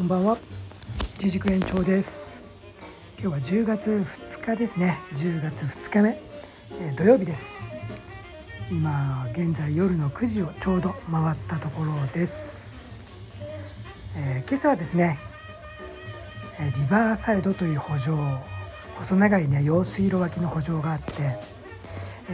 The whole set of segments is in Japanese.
こんばんは、一軸延長です。今日は10月2日ですね。10月2日目、土曜日です。今現在夜の9時をちょうど回ったところです。今朝はですね、リバーサイドという補助、細長いね用水路脇の補助があって、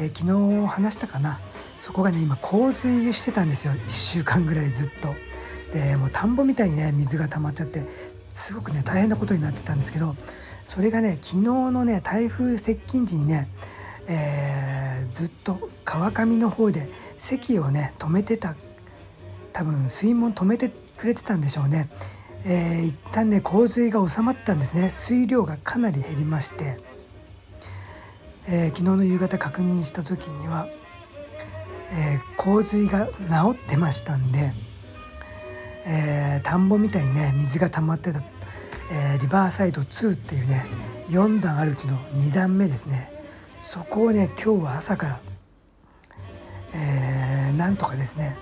昨日話したかな、そこがね今洪水してたんですよ。1週間ぐらいずっと。でもう田んぼみたいにね水が溜まっちゃって、すごくね大変なことになってたんですけど、それがね昨日のね台風接近時にね、ずっと川上の方で堰をね止めてた、多分水門止めてくれてたんでしょうね。一旦ね洪水が収まったんですね。水量がかなり減りまして、昨日の夕方確認した時には、洪水が治ってましたんで、田んぼみたいにね水が溜まってた、リバーサイド2っていうね4段あるうちの2段目ですね。そこをね今日は朝から、なんとかですね、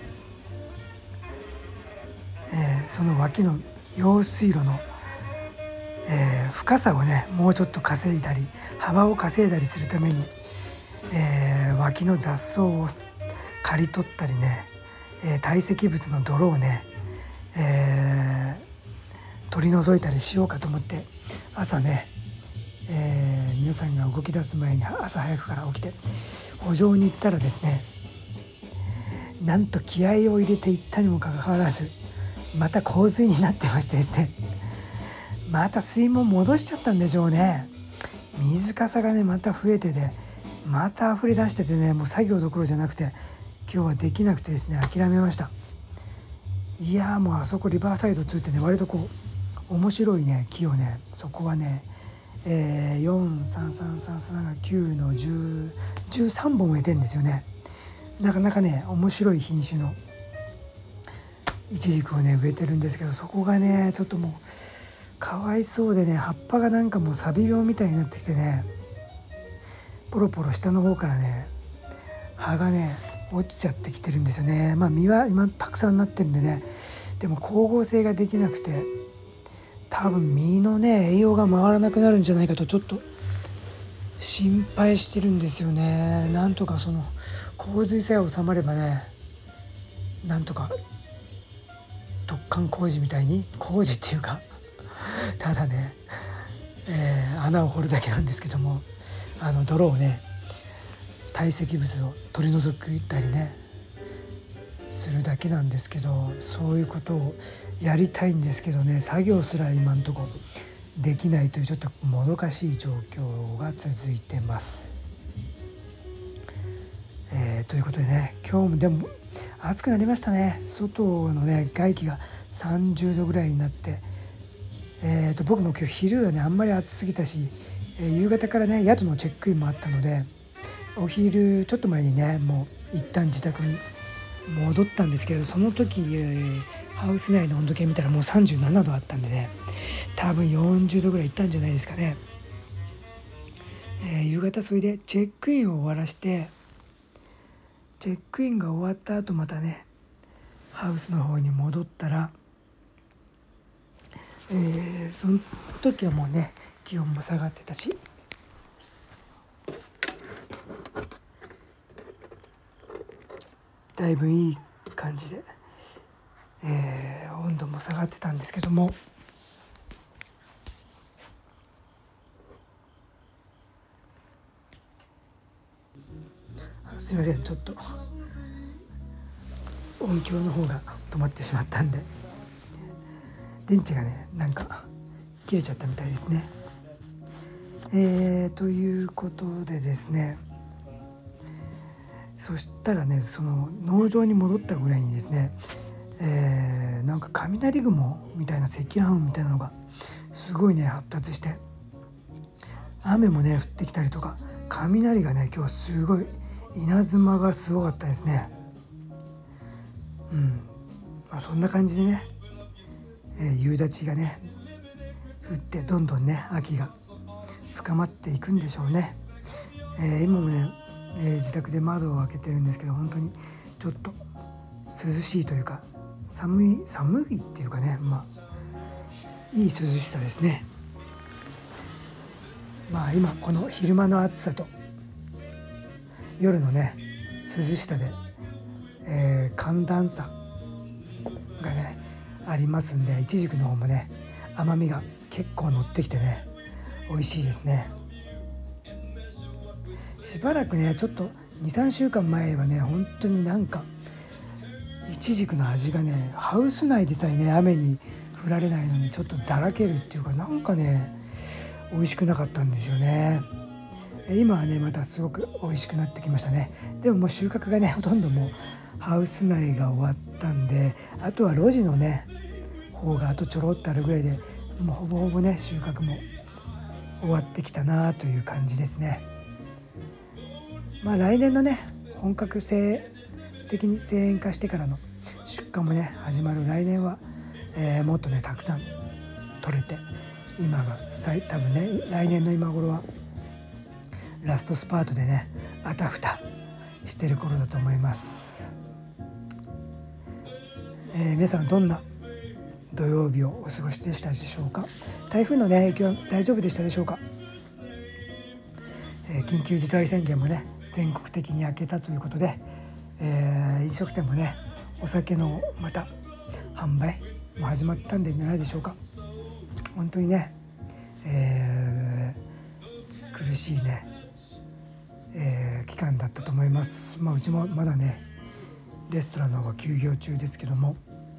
その脇の用水路の、深さをねもうちょっと稼いだり幅を稼いだりするために、脇の雑草を刈り取ったりね、堆積物の泥をね、取り除いたりしようかと思って、朝ね、皆さんが動き出す前に朝早くから起きて補助に行ったらですね、なんと気合を入れていったにもかかわらずまた洪水になってましてですね、また水門戻しちゃったんでしょうね。水かさがねまた増えてて、また溢れ出しててね、もう作業どころじゃなくて今日はできなくてですね諦めました。いやもうあそこリバーサイド2ってね割とこう面白いね木をね、そこはね、43333が9の10 13本植えてんですよね。なかなかね面白い品種のイチジクをね植えてるんですけど、そこがねちょっともうかわいそうでね、葉っぱがなんかもうサビ病みたいになってきてね、ポロポロ下の方からね葉がね落ちちゃってきてるんですよね。実は今たくさんなってるんでね、でも光合成ができなくて多分実のね栄養が回らなくなるんじゃないかとちょっと心配してるんですよね。なんとかその洪水さえ収まればね、なんとか突貫工事みたいに、工事っていうかただね、穴を掘るだけなんですけども、泥をね堆積物を取り除いたりねするだけなんですけど、そういうことをやりたいんですけどね、作業すら今んとこできないというちょっともどかしい状況が続いてます。ということでね、今日もでも暑くなりましたね。外のね外気が30度ぐらいになって、僕も今日昼はねあんまり暑すぎたし、夕方からね宿のチェックインもあったので、お昼ちょっと前にねもう一旦自宅に戻ったんですけど、その時、ハウス内の温度計見たらもう37度あったんでね、多分40度ぐらいいったんじゃないですかね。夕方それでチェックインを終わらして、チェックインが終わった後またねハウスの方に戻ったら、その時はもうね気温も下がってたし、だいぶいい感じで、温度も下がってたんですけども、すいません、ちょっと音響の方が止まってしまったんで、電池がねなんか切れちゃったみたいですね。ということでですね、そしたらねその農場に戻ったぐらいにですね、なんか雷雲みたいな積乱雲みたいなのがすごいね発達して、雨もね降ってきたりとか、雷がね今日すごい稲妻がすごかったですね。そんな感じでね、夕立がね降ってどんどんね秋が深まっていくんでしょうね。今もね、自宅で窓を開けてるんですけど、本当にちょっと涼しいというか寒いっていうかね、 いい涼しさですね。まあ今この昼間の暑さと夜のね涼しさで、寒暖差がねありますんで、イチジクの方もね甘みが結構乗ってきてね美味しいですね。しばらくねちょっと 2,3 週間前はね本当になんかイチジクの味がねハウス内でさえね雨に降られないのにちょっとだらけるっていうか、なんかね美味しくなかったんですよね。今はねまたすごく美味しくなってきましたね。でももう収穫がねほとんどもうハウス内が終わったんで、あとは路地のね方があとちょろっとあるぐらいで、もうほぼほぼね収穫も終わってきたなという感じですね。まあ来年のね本格的に生園化してからの出荷もね始まる来年は、もっとねたくさん取れて、今が多分ね来年の今頃はラストスパートでねあたふたしてる頃だと思います。皆さんどんな土曜日をお過ごしでしたでしょうか。台風のね影響は大丈夫でしたでしょうか。緊急事態宣言もね全国的に明けたということで、飲食店もねお酒のまた販売も始まったんではないでしょうか。本当にね、苦しいね、期間だったと思います。うちもまだねレストランの方が休業中ですけども、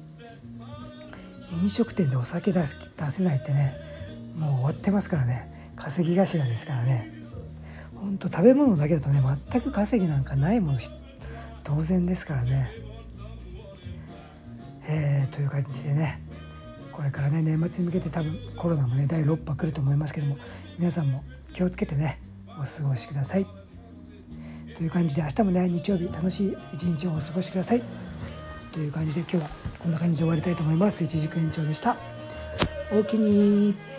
飲食店でお酒出せないってねもう終わってますからね。稼ぎ頭ですからね。本当食べ物だけだとね全く稼ぎなんかないもの当然ですからね。という感じでね、これからね年末に向けて多分コロナもね第6波来ると思いますけども、皆さんも気をつけてねお過ごしくださいという感じで、明日もね日曜日楽しい一日をお過ごしくださいという感じで、今日はこんな感じで終わりたいと思います。いちじく園長でした。おおきに。